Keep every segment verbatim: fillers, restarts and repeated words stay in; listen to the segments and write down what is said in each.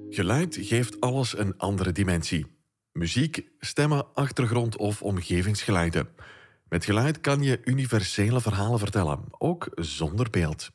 Geluid geeft alles een andere dimensie. Muziek, stemmen, achtergrond of omgevingsgeluiden. Met geluid kan je universele verhalen vertellen, ook zonder beeld.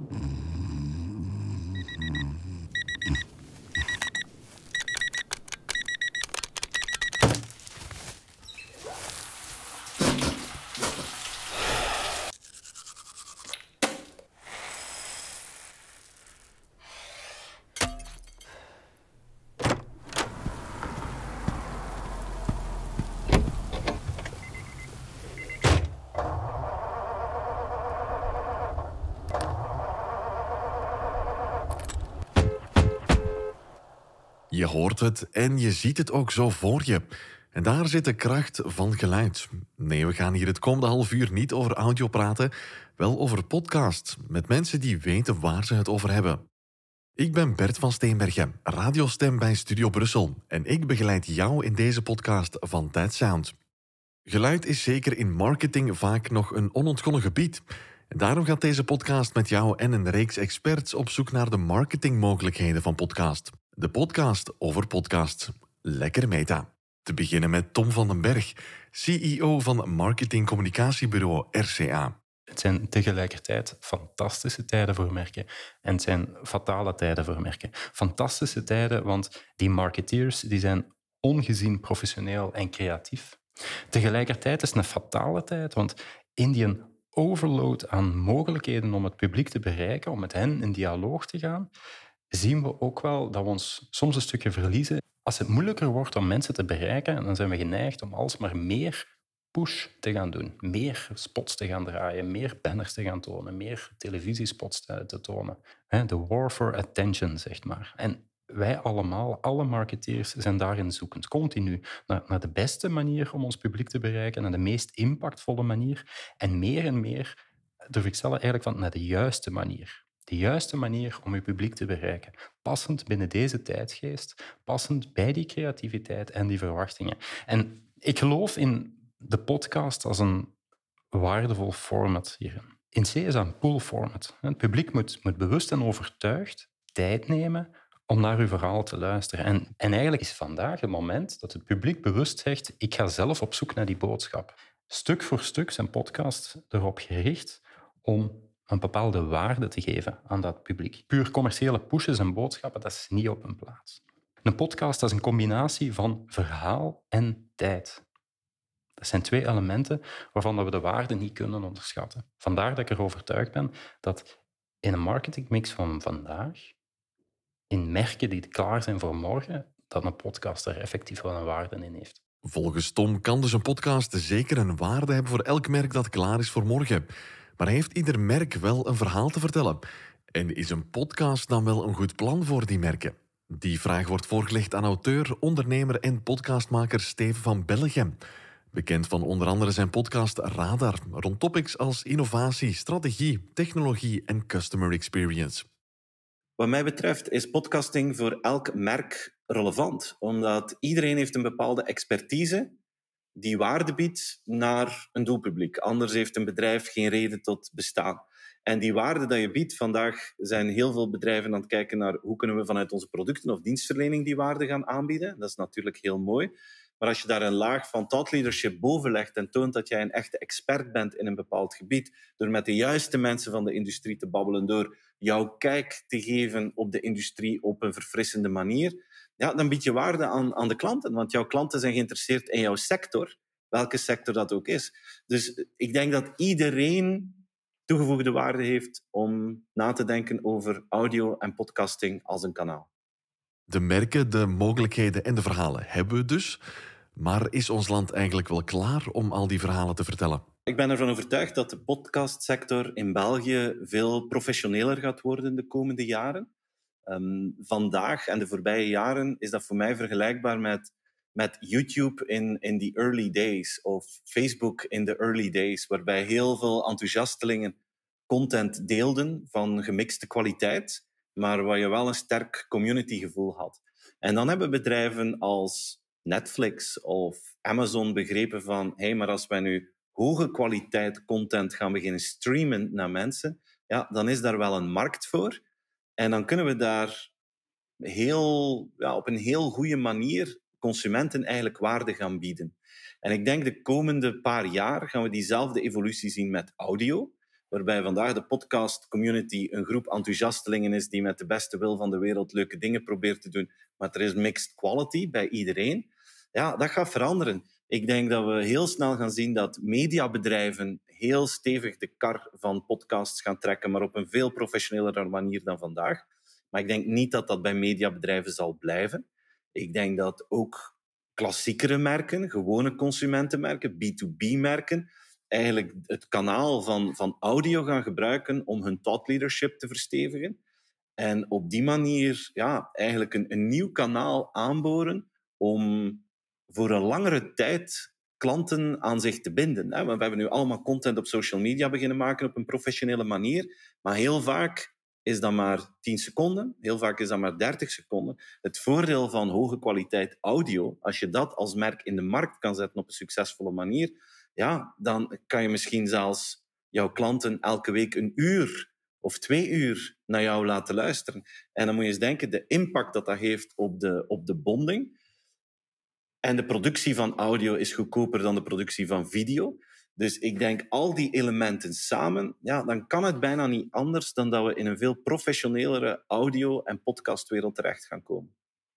Je hoort het en je ziet het ook zo voor je. En daar zit de kracht van geluid. Nee, we gaan hier het komende half uur niet over audio praten, wel over podcast, met mensen die weten waar ze het over hebben. Ik ben Bert van Steenbergen, radiostem bij Studio Brussel, en ik begeleid jou in deze podcast van That Sound. Geluid is zeker in marketing vaak nog een onontgonnen gebied. En daarom gaat deze podcast met jou en een reeks experts op zoek naar de marketingmogelijkheden van podcast. De podcast over podcasts. Lekker meta. Te beginnen met Tom van den Berg, C E O van marketingcommunicatiebureau R C A. Het zijn tegelijkertijd fantastische tijden voor merken en het zijn fatale tijden voor merken. Fantastische tijden, want die marketeers die zijn ongezien professioneel en creatief. Tegelijkertijd is het een fatale tijd, want in die overload aan mogelijkheden om het publiek te bereiken, om met hen in dialoog te gaan, zien we ook wel dat we ons soms een stukje verliezen. Als het moeilijker wordt om mensen te bereiken, dan zijn we geneigd om alsmaar meer push te gaan doen. Meer spots te gaan draaien, meer banners te gaan tonen, meer televisiespots te, te tonen. De war for attention, zeg maar. En wij allemaal, alle marketeers, zijn daarin zoekend, continu, naar, naar de beste manier om ons publiek te bereiken, naar de meest impactvolle manier. En meer en meer durf ik stellen eigenlijk van naar de juiste manier. De juiste manier om je publiek te bereiken. Passend binnen deze tijdsgeest, passend bij die creativiteit en die verwachtingen. En ik geloof in de podcast als een waardevol format hierin. In C is dat een pull format. Het publiek moet, moet bewust en overtuigd tijd nemen om naar uw verhaal te luisteren. En, en eigenlijk is vandaag het moment dat het publiek bewust zegt, ik ga zelf op zoek naar die boodschap. Stuk voor stuk zijn podcasts erop gericht om een bepaalde waarde te geven aan dat publiek. Puur commerciële pushes en boodschappen, dat is niet op hun plaats. Een podcast dat is een combinatie van verhaal en tijd. Dat zijn twee elementen waarvan we de waarde niet kunnen onderschatten. Vandaar dat ik er overtuigd ben dat in een marketingmix van vandaag, in merken die klaar zijn voor morgen, dat een podcast er effectief wel een waarde in heeft. Volgens Tom kan dus een podcast zeker een waarde hebben voor elk merk dat klaar is voor morgen. Maar heeft ieder merk wel een verhaal te vertellen? En is een podcast dan wel een goed plan voor die merken? Die vraag wordt voorgelegd aan auteur, ondernemer en podcastmaker Steven van Bellegem. Bekend van onder andere zijn podcast Radar, rond topics als innovatie, strategie, technologie en customer experience. Wat mij betreft is podcasting voor elk merk relevant, omdat iedereen heeft een bepaalde expertise die waarde biedt naar een doelpubliek. Anders heeft een bedrijf geen reden tot bestaan. En die waarde dat je biedt, vandaag zijn heel veel bedrijven aan het kijken naar hoe kunnen we vanuit onze producten of dienstverlening die waarde gaan aanbieden. Dat is natuurlijk heel mooi. Maar als je daar een laag van thought leadership boven legt en toont dat jij een echte expert bent in een bepaald gebied, door met de juiste mensen van de industrie te babbelen, door jouw kijk te geven op de industrie op een verfrissende manier, ja, dan bied je waarde aan, aan de klanten. Want jouw klanten zijn geïnteresseerd in jouw sector, welke sector dat ook is. Dus ik denk dat iedereen toegevoegde waarde heeft om na te denken over audio en podcasting als een kanaal. De merken, de mogelijkheden en de verhalen hebben we dus. Maar is ons land eigenlijk wel klaar om al die verhalen te vertellen? Ik ben ervan overtuigd dat de podcastsector in België veel professioneler gaat worden de komende jaren. Um, vandaag en de voorbije jaren is dat voor mij vergelijkbaar met, met YouTube in, in the early days of Facebook in the early days, waarbij heel veel enthousiastelingen content deelden van gemixte kwaliteit, maar waar je wel een sterk communitygevoel had. En dan hebben bedrijven als Netflix of Amazon begrepen van, hé, hey, maar als wij nu hoge kwaliteit content gaan beginnen streamen naar mensen, ja, dan is daar wel een markt voor. En dan kunnen we daar heel, ja, op een heel goede manier consumenten eigenlijk waarde gaan bieden. En ik denk de komende paar jaar gaan we diezelfde evolutie zien met audio, waarbij vandaag de podcast-community een groep enthousiastelingen is die met de beste wil van de wereld leuke dingen probeert te doen, maar er is mixed quality bij iedereen. Ja, dat gaat veranderen. Ik denk dat we heel snel gaan zien dat mediabedrijven heel stevig de kar van podcasts gaan trekken, maar op een veel professionelere manier dan vandaag. Maar ik denk niet dat dat bij mediabedrijven zal blijven. Ik denk dat ook klassiekere merken, gewone consumentenmerken, B twee B-merken, eigenlijk het kanaal van, van audio gaan gebruiken om hun thought leadership te verstevigen. En op die manier ja, eigenlijk een, een nieuw kanaal aanboren om voor een langere tijd klanten aan zich te binden. We hebben nu allemaal content op social media beginnen maken op een professionele manier, maar heel vaak is dat maar tien seconden, heel vaak is dat maar dertig seconden. Het voordeel van hoge kwaliteit audio, als je dat als merk in de markt kan zetten op een succesvolle manier, ja, dan kan je misschien zelfs jouw klanten elke week een uur of twee uur naar jou laten luisteren. En dan moet je eens denken, de impact dat dat heeft op de, op de bonding. En de productie van audio is goedkoper dan de productie van video. Dus ik denk, al die elementen samen, ja, dan kan het bijna niet anders dan dat we in een veel professionelere audio- en podcastwereld terecht gaan komen.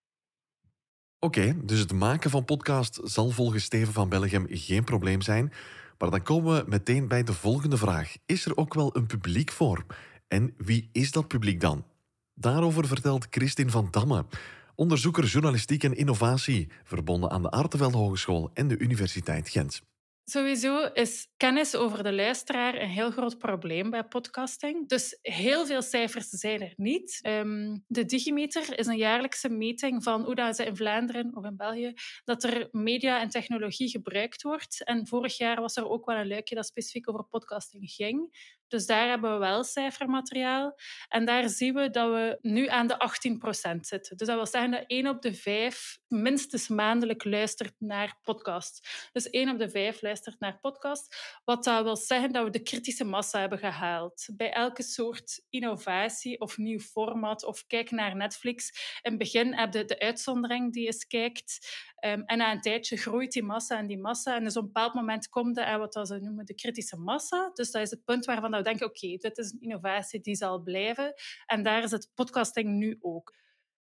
Oké, okay, dus het maken van podcast zal volgens Steven van Bellegem geen probleem zijn. Maar dan komen we meteen bij de volgende vraag. Is er ook wel een publiek voor? En wie is dat publiek dan? Daarover vertelt Christin van Damme, onderzoeker journalistiek en innovatie, verbonden aan de Artevelde Hogeschool en de Universiteit Gent. Sowieso is kennis over de luisteraar een heel groot probleem bij podcasting. Dus heel veel cijfers zijn er niet. Um, de Digimeter is een jaarlijkse meting van hoe dat ze in Vlaanderen of in België dat er media en technologie gebruikt wordt. En vorig jaar was er ook wel een luikje dat specifiek over podcasting ging. Dus daar hebben we wel cijfermateriaal. En daar zien we dat we nu aan de achttien procent zitten. Dus dat wil zeggen dat één op de vijf minstens maandelijk luistert naar podcasts. Dus één op de vijf luistert naar podcasts. Wat dat wil zeggen dat we de kritische massa hebben gehaald. Bij elke soort innovatie of nieuw format of kijk naar Netflix. In het begin heb je de uitzondering die eens kijkt. Um, en na een tijdje groeit die massa en die massa. En dus op een bepaald moment komt er wat ze noemen de kritische massa. Dus dat is het punt waarvan we denken, oké, okay, dit is een innovatie die zal blijven. En daar is het podcasting nu ook.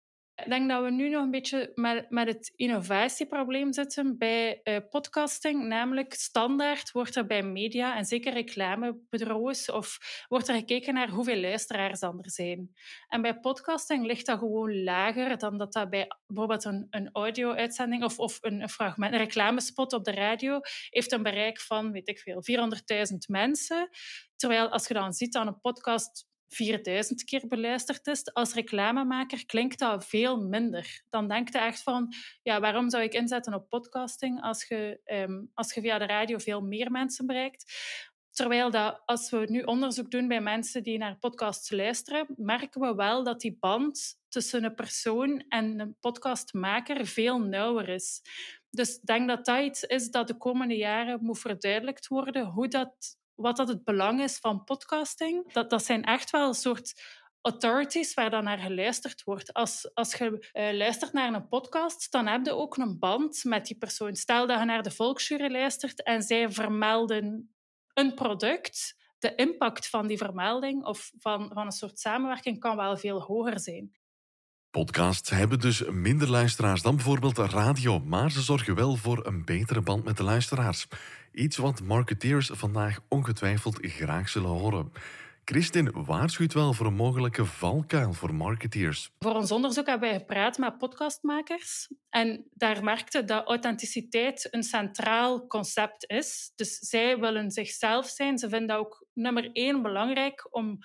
Ik denk dat we nu nog een beetje met, met het innovatieprobleem zitten bij uh, podcasting. Namelijk, standaard wordt er bij media, en zeker reclamebureaus, of wordt er gekeken naar hoeveel luisteraars er zijn. En bij podcasting ligt dat gewoon lager dan dat dat bij bijvoorbeeld een, een audio-uitzending of, of een, een fragment, een reclamespot op de radio heeft een bereik van, weet ik veel, vierhonderdduizend mensen. Terwijl als je dan ziet aan een podcast vierduizend keer beluisterd is, als reclamemaker klinkt dat veel minder. Dan denk je echt van, ja, waarom zou ik inzetten op podcasting als je, um, als je via de radio veel meer mensen bereikt? Terwijl dat, als we nu onderzoek doen bij mensen die naar podcasts luisteren, merken we wel dat die band tussen een persoon en een podcastmaker veel nauwer is. Dus ik denk dat dat iets is dat de komende jaren moet verduidelijkt worden, hoe dat wat dat het belang is van podcasting. Dat, dat zijn echt wel een soort authorities waar dan naar geluisterd wordt. Als, als je uh, luistert naar een podcast, dan heb je ook een band met die persoon. Stel dat je naar de Volksjury luistert en zij vermelden een product. De impact van die vermelding of van, van een soort samenwerking kan wel veel hoger zijn. Podcasts hebben dus minder luisteraars dan bijvoorbeeld de radio, maar ze zorgen wel voor een betere band met de luisteraars. Iets wat marketeers vandaag ongetwijfeld graag zullen horen. Christin waarschuwt wel voor een mogelijke valkuil voor marketeers. Voor ons onderzoek hebben wij gepraat met podcastmakers. En daar merkte dat authenticiteit een centraal concept is. Dus zij willen zichzelf zijn. Ze vinden dat ook nummer één belangrijk om,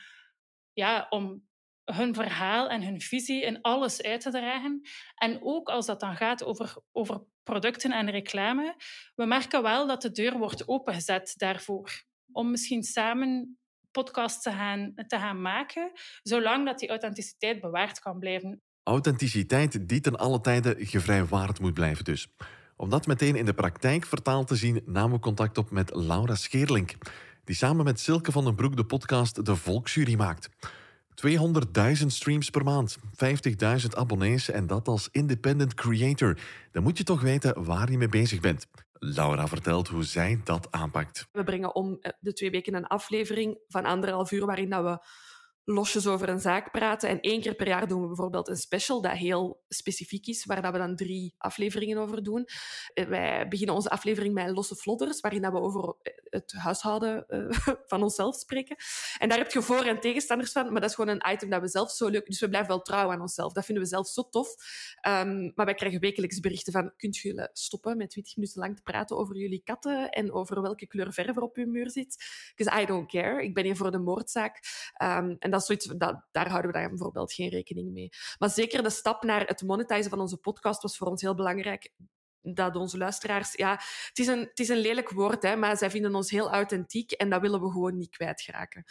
ja, om hun verhaal en hun visie in alles uit te dragen. En ook als dat dan gaat over, over producten en reclame, we merken wel dat de deur wordt opengezet daarvoor. Om misschien samen podcasts te gaan, te gaan maken, zolang dat die authenticiteit bewaard kan blijven. Authenticiteit die ten alle tijde gevrijwaard moet blijven dus. Om dat meteen in de praktijk vertaald te zien, namen we contact op met Laura Scheerlink, die samen met Silke van den Broek de podcast De Volksjury maakt. Het tweehonderdduizend streams per maand, vijftigduizend abonnees en dat als independent creator. Dan moet je toch weten waar je mee bezig bent. Laura vertelt hoe zij dat aanpakt. We brengen om de twee weken een aflevering van anderhalf uur waarin dat we losjes over een zaak praten. En één keer per jaar doen we bijvoorbeeld een special dat heel specifiek is, waar dat we dan drie afleveringen over doen. Wij beginnen onze aflevering met losse vlodders, waarin dat we over het huishouden uh, van onszelf spreken. En daar heb je voor- en tegenstanders van, maar dat is gewoon een item dat we zelf zo leuk... Dus we blijven wel trouw aan onszelf. Dat vinden we zelf zo tof. Um, maar wij krijgen wekelijks berichten van, kunt jullie stoppen met twintig minuten lang te praten over jullie katten en over welke kleur verf er op uw muur zit? Because I don't care. Ik ben hier voor de moordzaak. Um, en dat is zoiets, dat, daar houden we dan bijvoorbeeld geen rekening mee. Maar zeker de stap naar het monetizen van onze podcast was voor ons heel belangrijk. Dat onze luisteraars... Ja, het is een, het is een lelijk woord, hè, maar zij vinden ons heel authentiek en dat willen we gewoon niet kwijtgeraken.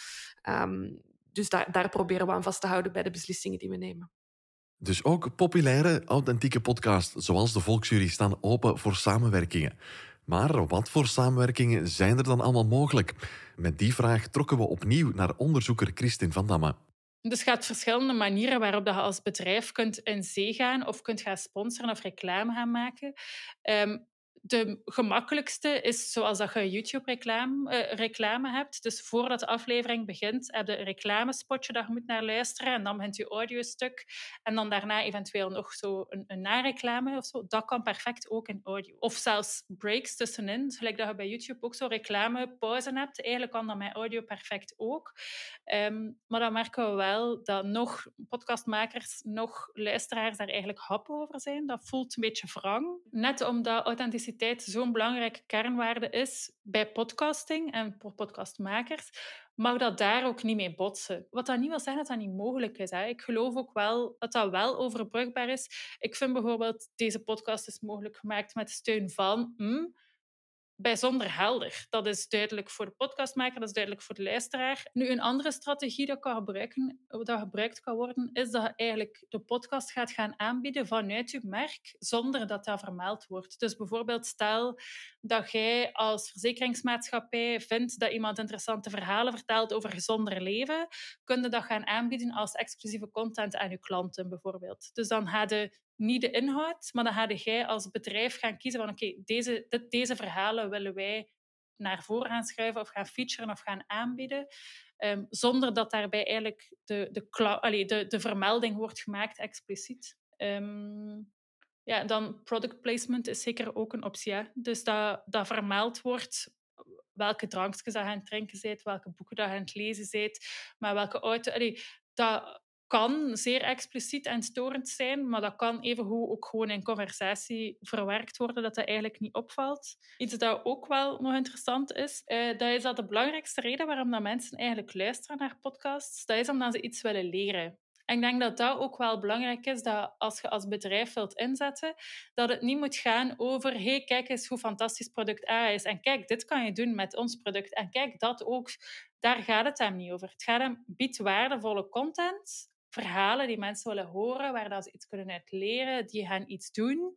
Um, dus daar, daar proberen we aan vast te houden bij de beslissingen die we nemen. Dus ook populaire, authentieke podcasts zoals de Volksjury staan open voor samenwerkingen. Maar wat voor samenwerkingen zijn er dan allemaal mogelijk? Met die vraag trokken we opnieuw naar onderzoeker Christin van Damme. Dus je hebt verschillende manieren waarop je als bedrijf kunt in zee gaan of kunt gaan sponsoren of reclame gaan maken. Um, de gemakkelijkste is zoals dat je YouTube-reclame uh, reclame hebt. Dus voordat de aflevering begint, heb je een reclamespotje dat je moet naar luisteren. En dan begint je audiostuk. En dan daarna eventueel nog zo een, een nareclame of zo. Dat kan perfect ook in audio. Of zelfs breaks tussenin. Gelijk dat je bij YouTube ook zo reclamepauzen hebt. Eigenlijk kan dat met audio perfect ook. Um, maar dan merken we wel dat nog podcastmakers, nog luisteraars daar eigenlijk happig over zijn. Dat voelt een beetje wrang. Net omdat authenticiteit zo'n belangrijke kernwaarde is bij podcasting en voor podcastmakers, mag dat daar ook niet mee botsen. Wat dat niet wil zeggen dat dat niet mogelijk is. Hè. Ik geloof ook wel dat dat wel overbrugbaar is. Ik vind bijvoorbeeld, deze podcast is mogelijk gemaakt met de steun van... Mm, bijzonder helder. Dat is duidelijk voor de podcastmaker, dat is duidelijk voor de luisteraar. Nu, een andere strategie dat, kan gebruiken, dat gebruikt kan worden, is dat je eigenlijk de podcast gaat gaan aanbieden vanuit je merk, zonder dat dat vermeld wordt. Dus bijvoorbeeld, stel dat jij als verzekeringsmaatschappij vindt dat iemand interessante verhalen vertelt over gezonder leven, kun je dat gaan aanbieden als exclusieve content aan je klanten, bijvoorbeeld. Dus dan ga je niet de inhoud, maar dan ga jij als bedrijf gaan kiezen van oké, okay, deze, dit, deze verhalen willen wij naar voren gaan schuiven of gaan featuren of gaan aanbieden, um, zonder dat daarbij eigenlijk de, de, kla- allee, de, de vermelding wordt gemaakt expliciet. Um, ja, dan product placement is zeker ook een optie. Hè? Dus dat, dat vermeld wordt welke drankjes dat je aan het drinken bent, welke boeken dat je aan het lezen bent, maar welke auto... Allee, dat kan zeer expliciet en storend zijn, maar dat kan evengoed ook gewoon in conversatie verwerkt worden, dat dat eigenlijk niet opvalt. Iets dat ook wel nog interessant is, uh, dat is dat de belangrijkste reden waarom dat mensen eigenlijk luisteren naar podcasts, dat is omdat ze iets willen leren. En ik denk dat dat ook wel belangrijk is, dat als je als bedrijf wilt inzetten, dat het niet moet gaan over hey, kijk eens hoe fantastisch product A is en kijk, dit kan je doen met ons product en kijk, dat ook. Daar gaat het hem niet over. Het gaat hem, biedt waardevolle content, verhalen die mensen willen horen, waar dat ze iets kunnen uit leren, die gaan iets doen.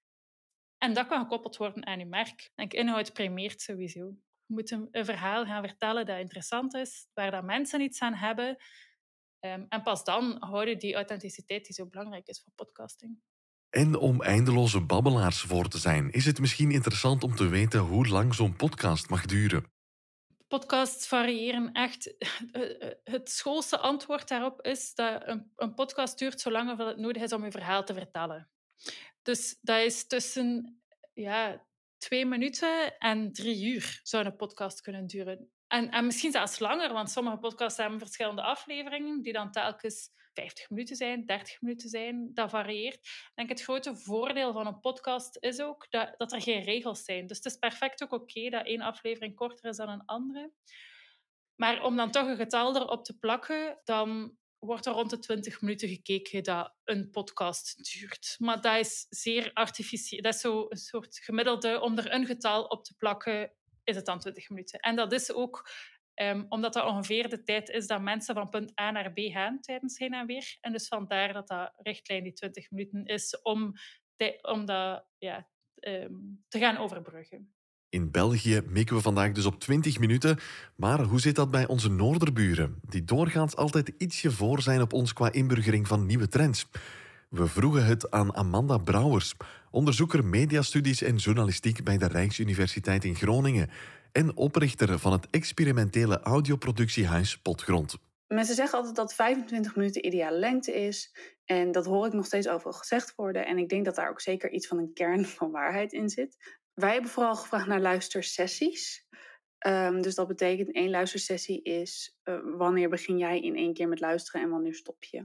En dat kan gekoppeld worden aan je merk. En inhoud primeert sowieso. Je moet een, een verhaal gaan vertellen dat interessant is, waar dat mensen iets aan hebben. Um, en pas dan houden die authenticiteit die zo belangrijk is voor podcasting. En om eindeloze babbelaars voor te zijn, is het misschien interessant om te weten hoe lang zo'n podcast mag duren. Podcasts variëren echt. Het schoolse antwoord daarop is dat een, een podcast duurt zo lang als het nodig is om je verhaal te vertellen. Dus dat is tussen ja, twee minuten en drie uur zou een podcast kunnen duren. En, en misschien zelfs langer, want sommige podcasts hebben verschillende afleveringen die dan telkens vijftig minuten zijn, dertig minuten zijn. Dat varieert. Ik denk het grote voordeel van een podcast is ook dat, dat er geen regels zijn. Dus het is perfect ook oké okay dat één aflevering korter is dan een andere. Maar om dan toch een getal erop te plakken, dan wordt er rond de twintig minuten gekeken dat een podcast duurt. Maar dat is zeer artificieel. Dat is zo een soort gemiddelde. Om er een getal op te plakken, is het dan twintig minuten. En dat is ook um, omdat dat ongeveer de tijd is dat mensen van punt A naar B gaan tijdens heen en weer. En dus vandaar dat dat richtlijn die twintig minuten is om, de, om dat ja, um, te gaan overbruggen. In België mikken we vandaag dus op twintig minuten. Maar hoe zit dat bij onze noorderburen, die doorgaans altijd ietsje voor zijn op ons qua inburgering van nieuwe trends? We vroegen het aan Amanda Brouwers, onderzoeker mediastudies en journalistiek bij de Rijksuniversiteit in Groningen en oprichter van het experimentele audioproductiehuis Potgrond. Mensen zeggen altijd dat vijfentwintig minuten ideale lengte is. En dat hoor ik nog steeds overal gezegd worden. En ik denk dat daar ook zeker iets van een kern van waarheid in zit. Wij hebben vooral gevraagd naar luistersessies. Um, dus dat betekent één luistersessie is uh, wanneer begin jij in één keer met luisteren en wanneer stop je.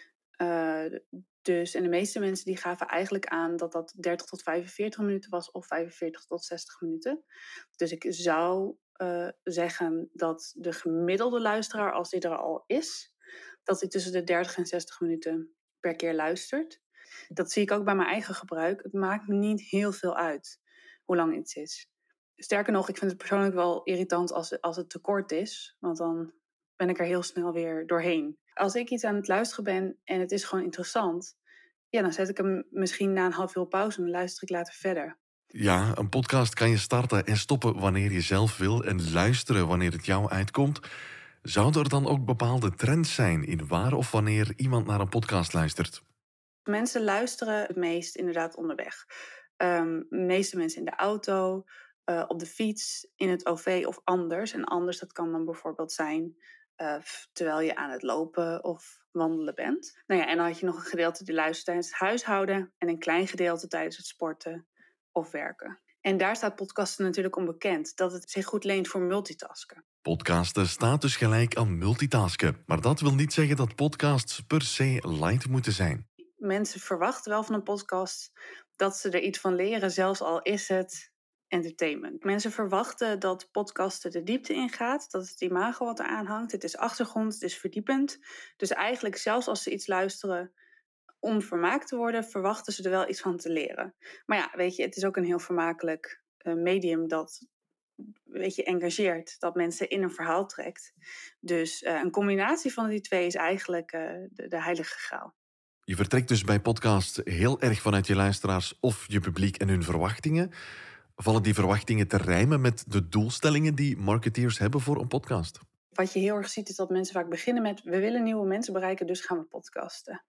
Uh, dus, en de meeste mensen die gaven eigenlijk aan dat dat dertig tot vijfenveertig minuten was of vijfenveertig tot zestig minuten. Dus ik zou uh, zeggen dat de gemiddelde luisteraar, als die er al is, dat hij tussen de dertig en zestig minuten per keer luistert. Dat zie ik ook bij mijn eigen gebruik. Het maakt me niet heel veel uit hoe lang iets is. Sterker nog, ik vind het persoonlijk wel irritant als, als het te kort is, want dan ben ik er heel snel weer doorheen. Als ik iets aan het luisteren ben en het is gewoon interessant, ja, dan zet ik hem misschien na een half uur op pauze en dan luister ik later verder. Ja, een podcast kan je starten en stoppen wanneer je zelf wil en luisteren wanneer het jou uitkomt. Zouden er dan ook bepaalde trends zijn in waar of wanneer iemand naar een podcast luistert? Mensen luisteren het meest inderdaad onderweg. Um, de meeste mensen in de auto, uh, op de fiets, in het O V of anders. En anders, dat kan dan bijvoorbeeld zijn uh, terwijl je aan het lopen of wandelen bent. Nou ja, en dan had je nog een gedeelte die luistert tijdens het huishouden en een klein gedeelte tijdens het sporten of werken. En daar staat podcasten natuurlijk onbekend, dat het zich goed leent voor multitasken. Podcasten staat dus gelijk aan multitasken. Maar dat wil niet zeggen dat podcasts per se light moeten zijn. Mensen verwachten wel van een podcast dat ze er iets van leren, zelfs al is het entertainment. Mensen verwachten dat podcasten de diepte ingaat, dat het imago wat eraan hangt. Het is achtergrond, het is verdiepend. Dus eigenlijk zelfs als ze iets luisteren om vermaakt te worden, verwachten ze er wel iets van te leren. Maar ja, weet je, het is ook een heel vermakelijk uh, medium dat, weet je, engageert, dat mensen in een verhaal trekt. Dus uh, een combinatie van die twee is eigenlijk uh, de, de heilige graal. Je vertrekt dus bij podcasts heel erg vanuit je luisteraars of je publiek en hun verwachtingen. Vallen die verwachtingen te rijmen met de doelstellingen die marketeers hebben voor een podcast? Wat je heel erg ziet is dat mensen vaak beginnen met: we willen nieuwe mensen bereiken, dus gaan we podcasten.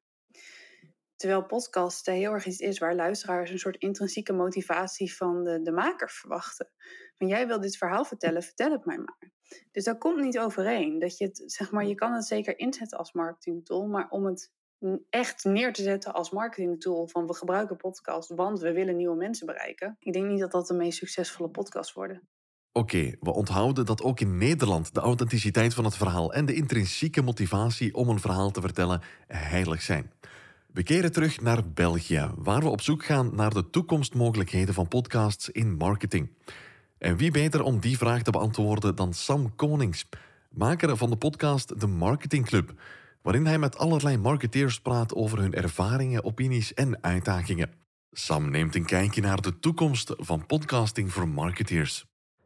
Terwijl podcasten heel erg iets is waar luisteraars een soort intrinsieke motivatie van de, de maker verwachten. Van jij wil dit verhaal vertellen, vertel het mij maar. Dus dat komt niet overeen. Dat je, het, zeg maar, je kan het zeker inzetten als marketingtool, maar om het echt neer te zetten als marketingtool van we gebruiken podcast, want we willen nieuwe mensen bereiken. Ik denk niet dat dat de meest succesvolle podcasts worden. Oké, okay, we onthouden dat ook in Nederland de authenticiteit van het verhaal en de intrinsieke motivatie om een verhaal te vertellen heilig zijn. We keren terug naar België, waar we op zoek gaan naar de toekomstmogelijkheden van podcasts in marketing. En wie beter om die vraag te beantwoorden dan Sam Konings, maker van de podcast De Marketing Club, waarin hij met allerlei marketeers praat over hun ervaringen, opinies en uitdagingen. Sam neemt een kijkje naar de toekomst van podcasting voor marketeers.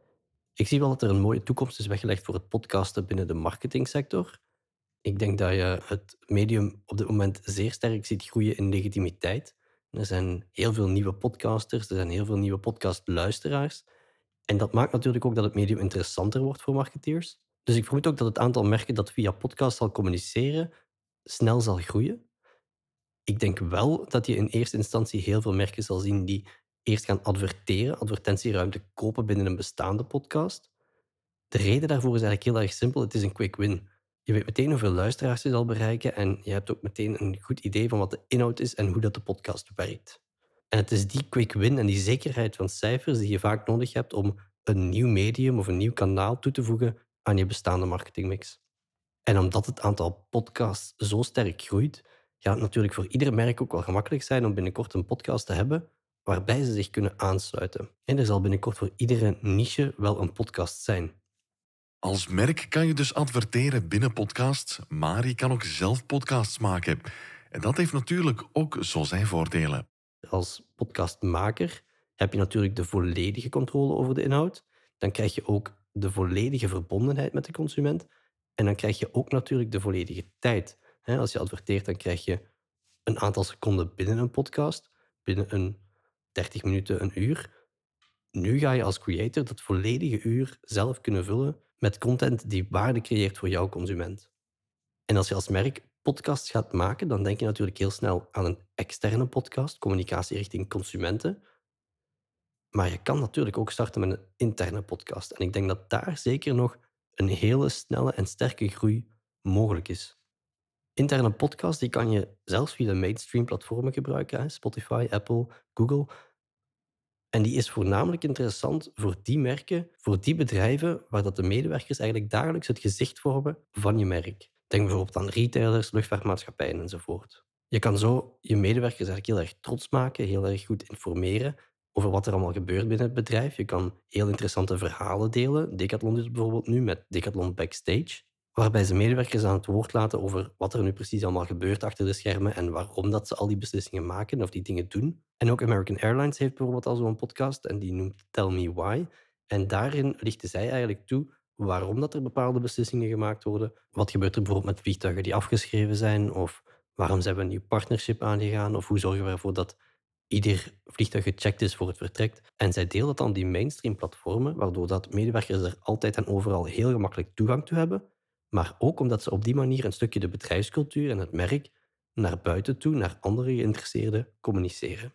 Ik zie wel dat er een mooie toekomst is weggelegd voor het podcasten binnen de marketingsector. Ik denk dat je het medium op dit moment zeer sterk ziet groeien in legitimiteit. Er zijn heel veel nieuwe podcasters, er zijn heel veel nieuwe podcastluisteraars. En dat maakt natuurlijk ook dat het medium interessanter wordt voor marketeers. Dus ik vermoed ook dat het aantal merken dat via podcast zal communiceren snel zal groeien. Ik denk wel dat je in eerste instantie heel veel merken zal zien die eerst gaan adverteren, advertentieruimte kopen binnen een bestaande podcast. De reden daarvoor is eigenlijk heel erg simpel. Het is een quick win. Je weet meteen hoeveel luisteraars je zal bereiken en je hebt ook meteen een goed idee van wat de inhoud is en hoe dat de podcast werkt. En het is die quick win en die zekerheid van cijfers die je vaak nodig hebt om een nieuw medium of een nieuw kanaal toe te voegen aan je bestaande marketingmix. En omdat het aantal podcasts zo sterk groeit, gaat het natuurlijk voor ieder merk ook wel gemakkelijk zijn om binnenkort een podcast te hebben waarbij ze zich kunnen aansluiten. En er zal binnenkort voor iedere niche wel een podcast zijn. Als merk kan je dus adverteren binnen podcasts, maar je kan ook zelf podcasts maken. En dat heeft natuurlijk ook zo zijn voordelen. Als podcastmaker heb je natuurlijk de volledige controle over de inhoud. Dan krijg je ook de volledige verbondenheid met de consument. En dan krijg je ook natuurlijk de volledige tijd. Als je adverteert, dan krijg je een aantal seconden binnen een podcast, binnen een dertig minuten, een uur. Nu ga je als creator dat volledige uur zelf kunnen vullen met content die waarde creëert voor jouw consument. En als je als merk podcasts gaat maken, dan denk je natuurlijk heel snel aan een externe podcast, communicatie richting consumenten. Maar je kan natuurlijk ook starten met een interne podcast. En ik denk dat daar zeker nog een hele snelle en sterke groei mogelijk is. Interne podcast die kan je zelfs via de mainstream platformen gebruiken, hè, Spotify, Apple, Google. En die is voornamelijk interessant voor die merken, voor die bedrijven waar dat de medewerkers eigenlijk dagelijks het gezicht vormen van je merk. Denk bijvoorbeeld aan retailers, luchtvaartmaatschappijen enzovoort. Je kan zo je medewerkers eigenlijk heel erg trots maken, heel erg goed informeren over wat er allemaal gebeurt binnen het bedrijf. Je kan heel interessante verhalen delen. Decathlon doet het bijvoorbeeld nu met Decathlon Backstage, waarbij ze medewerkers aan het woord laten over wat er nu precies allemaal gebeurt achter de schermen en waarom dat ze al die beslissingen maken of die dingen doen. En ook American Airlines heeft bijvoorbeeld al zo'n podcast en die noemt Tell Me Why. En daarin lichten zij eigenlijk toe waarom dat er bepaalde beslissingen gemaakt worden. Wat gebeurt er bijvoorbeeld met vliegtuigen die afgeschreven zijn, of waarom zijn we een nieuw partnership aangegaan, of hoe zorgen we ervoor dat ieder vliegtuig gecheckt is voor het vertrekt. En zij delen dat aan die mainstream platformen, waardoor dat medewerkers er altijd en overal heel gemakkelijk toegang toe hebben. Maar ook omdat ze op die manier een stukje de bedrijfscultuur en het merk naar buiten toe, naar andere geïnteresseerden, communiceren.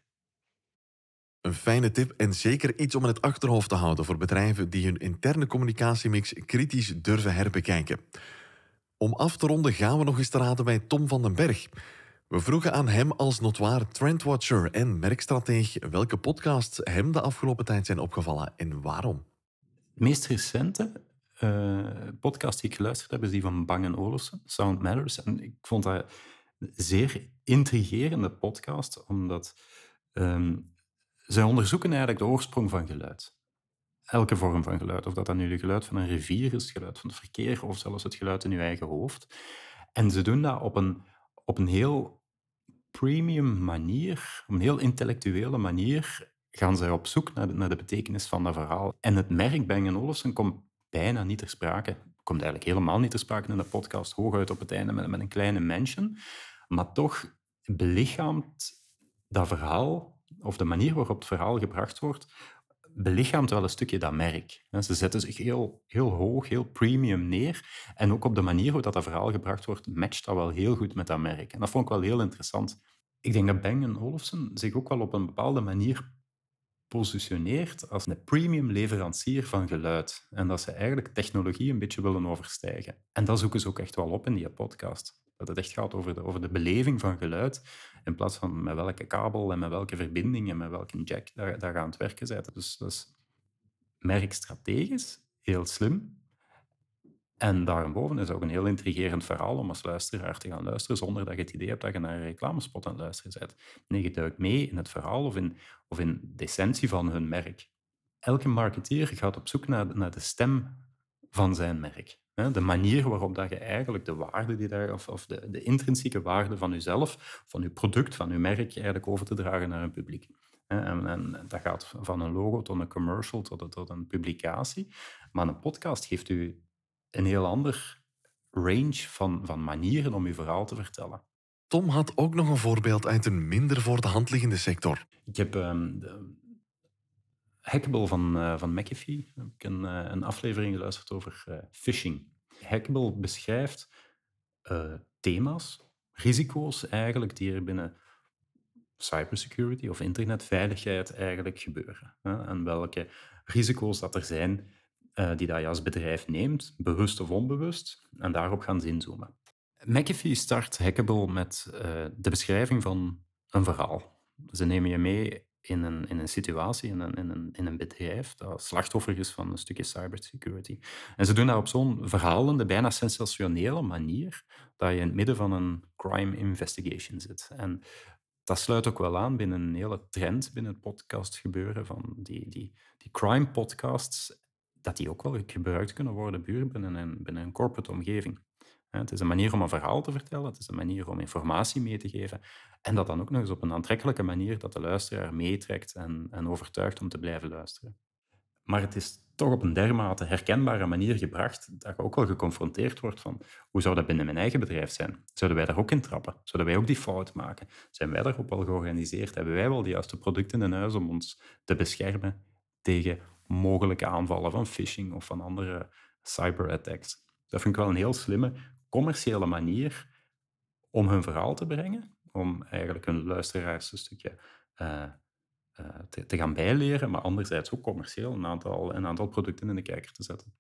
Een fijne tip en zeker iets om in het achterhoofd te houden voor bedrijven die hun interne communicatiemix kritisch durven herbekijken. Om af te ronden gaan we nog eens te raden bij Tom van den Berg. We vroegen aan hem als notoire trendwatcher en merkstrateeg welke podcasts hem de afgelopen tijd zijn opgevallen en waarom. De meest recente uh, podcast die ik geluisterd heb is die van Bang en Olufsen, Sound Matters. En ik vond dat een zeer intrigerende podcast, omdat um, zij onderzoeken eigenlijk de oorsprong van geluid. Elke vorm van geluid. Of dat dan nu het geluid van een rivier is, het geluid van het verkeer of zelfs het geluid in je eigen hoofd. En ze doen dat op een, op een heel premium manier, op een heel intellectuele manier, gaan zij op zoek naar de, naar de betekenis van dat verhaal. En het merk Bang en Olufsen komt bijna niet ter sprake. Komt eigenlijk helemaal niet ter sprake in de podcast, hooguit op het einde met, met een kleine mention. Maar toch belichaamt dat verhaal, of de manier waarop het verhaal gebracht wordt, belichaamt wel een stukje dat merk. Ze zetten zich heel, heel hoog, heel premium neer. En ook op de manier hoe dat, dat verhaal gebracht wordt, matcht dat wel heel goed met dat merk. En dat vond ik wel heel interessant. Ik denk dat Bang en Olufsen zich ook wel op een bepaalde manier positioneert als een premium leverancier van geluid. En dat ze eigenlijk technologie een beetje willen overstijgen. En dat zoeken ze ook echt wel op in die podcast. Dat het echt gaat over de, over de beleving van geluid, in plaats van met welke kabel en met welke verbinding en met welke jack daar, daar aan het werken zijn. Dus dat is merkstrategisch heel slim. En daarboven is ook een heel intrigerend verhaal om als luisteraar te gaan luisteren zonder dat je het idee hebt dat je naar een reclamespot aan het luisteren bent. Nee, je duikt mee in het verhaal of in, of in de essentie van hun merk. Elke marketeer gaat op zoek naar, naar de stem van zijn merk. De manier waarop dat je eigenlijk de waarde die daar, of, of de, de intrinsieke waarde van jezelf, van je product, van je merk, eigenlijk over te dragen naar een publiek. En, en dat gaat van een logo tot een commercial tot, tot een publicatie. Maar een podcast geeft u een heel ander range van, van manieren om je verhaal te vertellen. Tom had ook nog een voorbeeld uit een minder voor de hand liggende sector. Ik heb um, de Hackable van, uh, van McAfee. Heb ik een, uh, een aflevering geluisterd over uh, phishing. Hackable beschrijft uh, thema's, risico's eigenlijk, die er binnen cybersecurity of internetveiligheid eigenlijk gebeuren. Hè? En welke risico's dat er zijn uh, die dat je als bedrijf neemt, bewust of onbewust, en daarop gaan inzoomen. McAfee start Hackable met uh, de beschrijving van een verhaal. Ze nemen je mee in een, in een situatie, in een, in, een, in een bedrijf dat slachtoffer is van een stukje cybersecurity. En ze doen dat op zo'n verhalende, bijna sensationele manier dat je in het midden van een crime investigation zit. En dat sluit ook wel aan binnen een hele trend binnen het podcastgebeuren van die, die, die crime podcasts, dat die ook wel gebruikt kunnen worden binnen een, binnen een corporate omgeving. Het is een manier om een verhaal te vertellen, het is een manier om informatie mee te geven en dat dan ook nog eens op een aantrekkelijke manier dat de luisteraar meetrekt en, en overtuigt om te blijven luisteren. Maar het is toch op een dermate herkenbare manier gebracht dat je ook wel geconfronteerd wordt van hoe zou dat binnen mijn eigen bedrijf zijn? Zouden wij daar ook in trappen? Zouden wij ook die fout maken? Zijn wij daarop wel georganiseerd? Hebben wij wel de juiste producten in huis om ons te beschermen tegen mogelijke aanvallen van phishing of van andere cyberattacks. Dat vind ik wel een heel slimme, commerciële manier om hun verhaal te brengen, om eigenlijk hun luisteraars een stukje uh, uh, te, te gaan bijleren, maar anderzijds ook commercieel een aantal, een aantal producten in de kijker te zetten.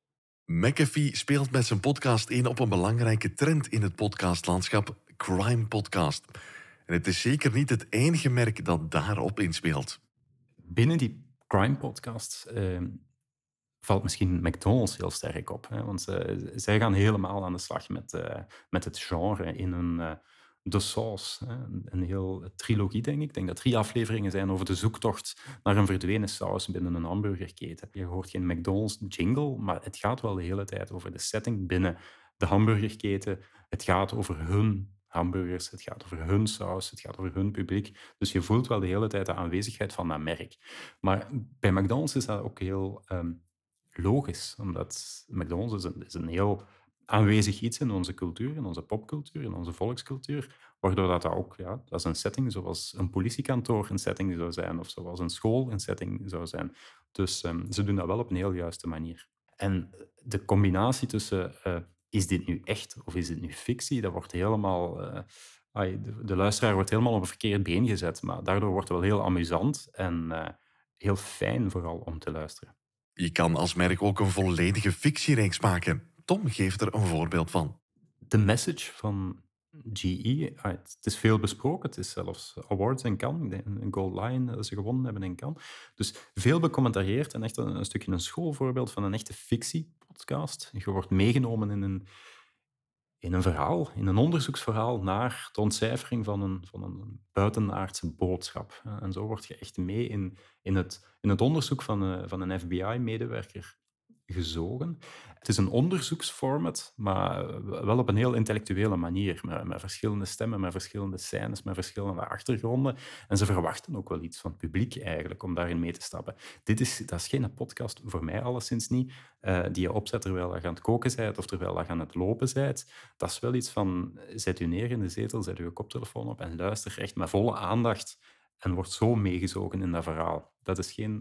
McAfee speelt met zijn podcast in op een belangrijke trend in het podcastlandschap, crime podcast. En het is zeker niet het enige merk dat daarop inspeelt. Binnen die crime podcasts uh, valt misschien McDonald's heel sterk op. Hè? Want uh, zij gaan helemaal aan de slag met, uh, met het genre in een uh, The Sauce. Hè? Een heel trilogie, denk ik. Ik denk dat drie afleveringen zijn over de zoektocht naar een verdwenen saus binnen een hamburgerketen. Je hoort geen McDonald's jingle, maar het gaat wel de hele tijd over de setting binnen de hamburgerketen. Het gaat over hun hamburgers, het gaat over hun saus, het gaat over hun publiek. Dus je voelt wel de hele tijd de aanwezigheid van dat merk. Maar bij McDonald's is dat ook heel um, logisch, omdat McDonald's is een, is een heel aanwezig iets in onze cultuur, in onze popcultuur, in onze volkscultuur, waardoor dat, dat ook, ja, dat is een setting zoals een politiekantoor een setting zou zijn, of zoals een school een setting zou zijn. Dus um, ze doen dat wel op een heel juiste manier. En de combinatie tussen uh, is dit nu echt of is dit nu fictie, dat wordt helemaal... Uh, de, de luisteraar wordt helemaal op een verkeerd been gezet, maar daardoor wordt het wel heel amusant en uh, heel fijn vooral om te luisteren. Je kan als merk ook een volledige fictiereeks maken. Tom geeft er een voorbeeld van. De message van G E, het is veel besproken. Het is zelfs awards in Cannes, een Gold Lion dat ze gewonnen hebben in Cannes. Dus veel becommentarieerd en echt een, een stukje een schoolvoorbeeld van een echte fictiepodcast. Je wordt meegenomen in een, in een verhaal, in een onderzoeksverhaal naar de ontcijfering van een, van een buitenaardse boodschap. En zo word je echt mee in, in, het, in het onderzoek van een, van een F B I-medewerker gezogen. Het is een onderzoeksformat, maar wel op een heel intellectuele manier, met, met verschillende stemmen, met verschillende scènes, met verschillende achtergronden. En ze verwachten ook wel iets van het publiek eigenlijk, om daarin mee te stappen. Dit is, dat is geen podcast, voor mij alleszins niet, uh, die je opzet terwijl je aan het koken bent of terwijl je aan het lopen bent. Dat is wel iets van, zet u neer in de zetel, zet uw koptelefoon op en luister echt met volle aandacht en wordt zo meegezogen in dat verhaal. Dat is geen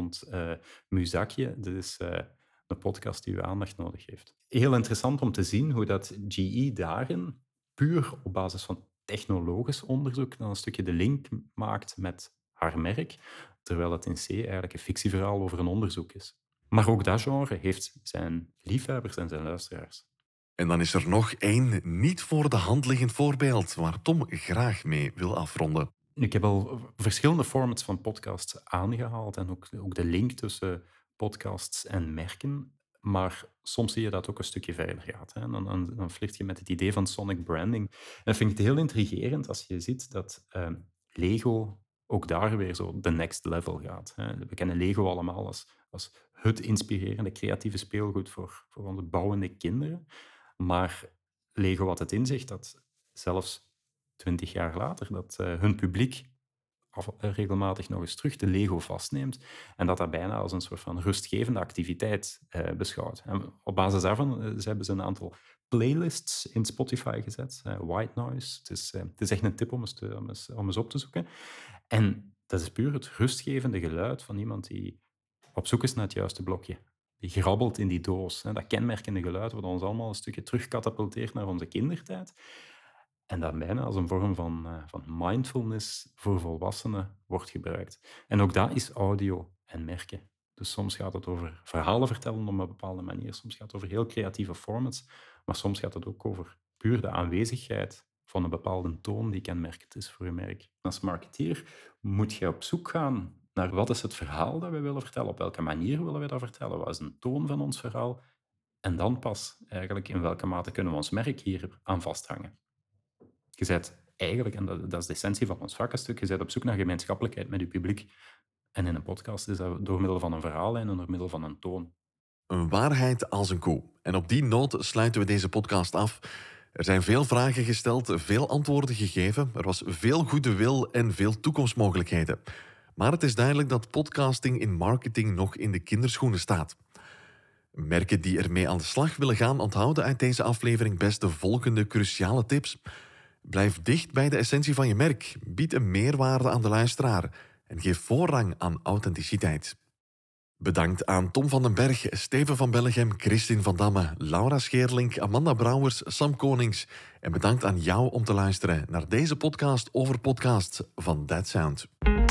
achtergrondmuzakje, uh, dit is... Uh, een podcast die uw aandacht nodig heeft. Heel interessant om te zien hoe dat G E daarin, puur op basis van technologisch onderzoek, dan een stukje de link maakt met haar merk, terwijl het in C eigenlijk een fictieverhaal over een onderzoek is. Maar ook dat genre heeft zijn liefhebbers en zijn luisteraars. En dan is er nog één niet voor de hand liggend voorbeeld waar Tom graag mee wil afronden. Ik heb al verschillende formats van podcasts aangehaald en ook, ook de link tussen podcasts en merken, maar soms zie je dat ook een stukje verder gaat. Hè. Dan, dan, dan vliegt je met het idee van sonic branding. En dat vind ik het heel intrigerend als je ziet dat uh, Lego ook daar weer zo de next level gaat. Hè. We kennen Lego allemaal als, als het inspirerende creatieve speelgoed voor, voor onze bouwende kinderen. Maar Lego had het inzicht dat zelfs twintig jaar later dat uh, hun publiek Of regelmatig nog eens terug de Lego vastneemt en dat dat bijna als een soort van rustgevende activiteit eh, beschouwt. En op basis daarvan eh, hebben ze een aantal playlists in Spotify gezet. Uh, White Noise, het is, uh, het is echt een tip om eens, te, om, eens, om eens op te zoeken. En dat is puur het rustgevende geluid van iemand die op zoek is naar het juiste blokje. Die grabbelt in die doos. Hè. Dat kenmerkende geluid wordt ons allemaal een stukje terugkatapulteert naar onze kindertijd. En dat bijna als een vorm van, uh, van mindfulness voor volwassenen wordt gebruikt. En ook dat is audio en merken. Dus soms gaat het over verhalen vertellen op een bepaalde manier. Soms gaat het over heel creatieve formats. Maar soms gaat het ook over puur de aanwezigheid van een bepaalde toon die kenmerkend is voor je merk. Als marketeer moet je op zoek gaan naar wat is het verhaal dat we willen vertellen. Op welke manier willen we dat vertellen? Wat is een toon van ons verhaal? En dan pas eigenlijk in welke mate kunnen we ons merk hier aan vasthangen. Je bent eigenlijk, en dat, dat is de essentie van ons vakkenstuk, je bent op zoek naar gemeenschappelijkheid met je publiek. En in een podcast is dat door middel van een verhaallijn en door middel van een toon. Een waarheid als een koe. En op die noot sluiten we deze podcast af. Er zijn veel vragen gesteld, veel antwoorden gegeven. Er was veel goede wil en veel toekomstmogelijkheden. Maar het is duidelijk dat podcasting in marketing nog in de kinderschoenen staat. Merken die ermee aan de slag willen gaan, onthouden uit deze aflevering best de volgende cruciale tips. Blijf dicht bij de essentie van je merk. Bied een meerwaarde aan de luisteraar. En geef voorrang aan authenticiteit. Bedankt aan Tom van den Berg, Steven van Bellegem, Christine van Damme, Laura Scheerlink, Amanda Brouwers, Sam Konings. En bedankt aan jou om te luisteren naar deze podcast over podcasts van That Sound.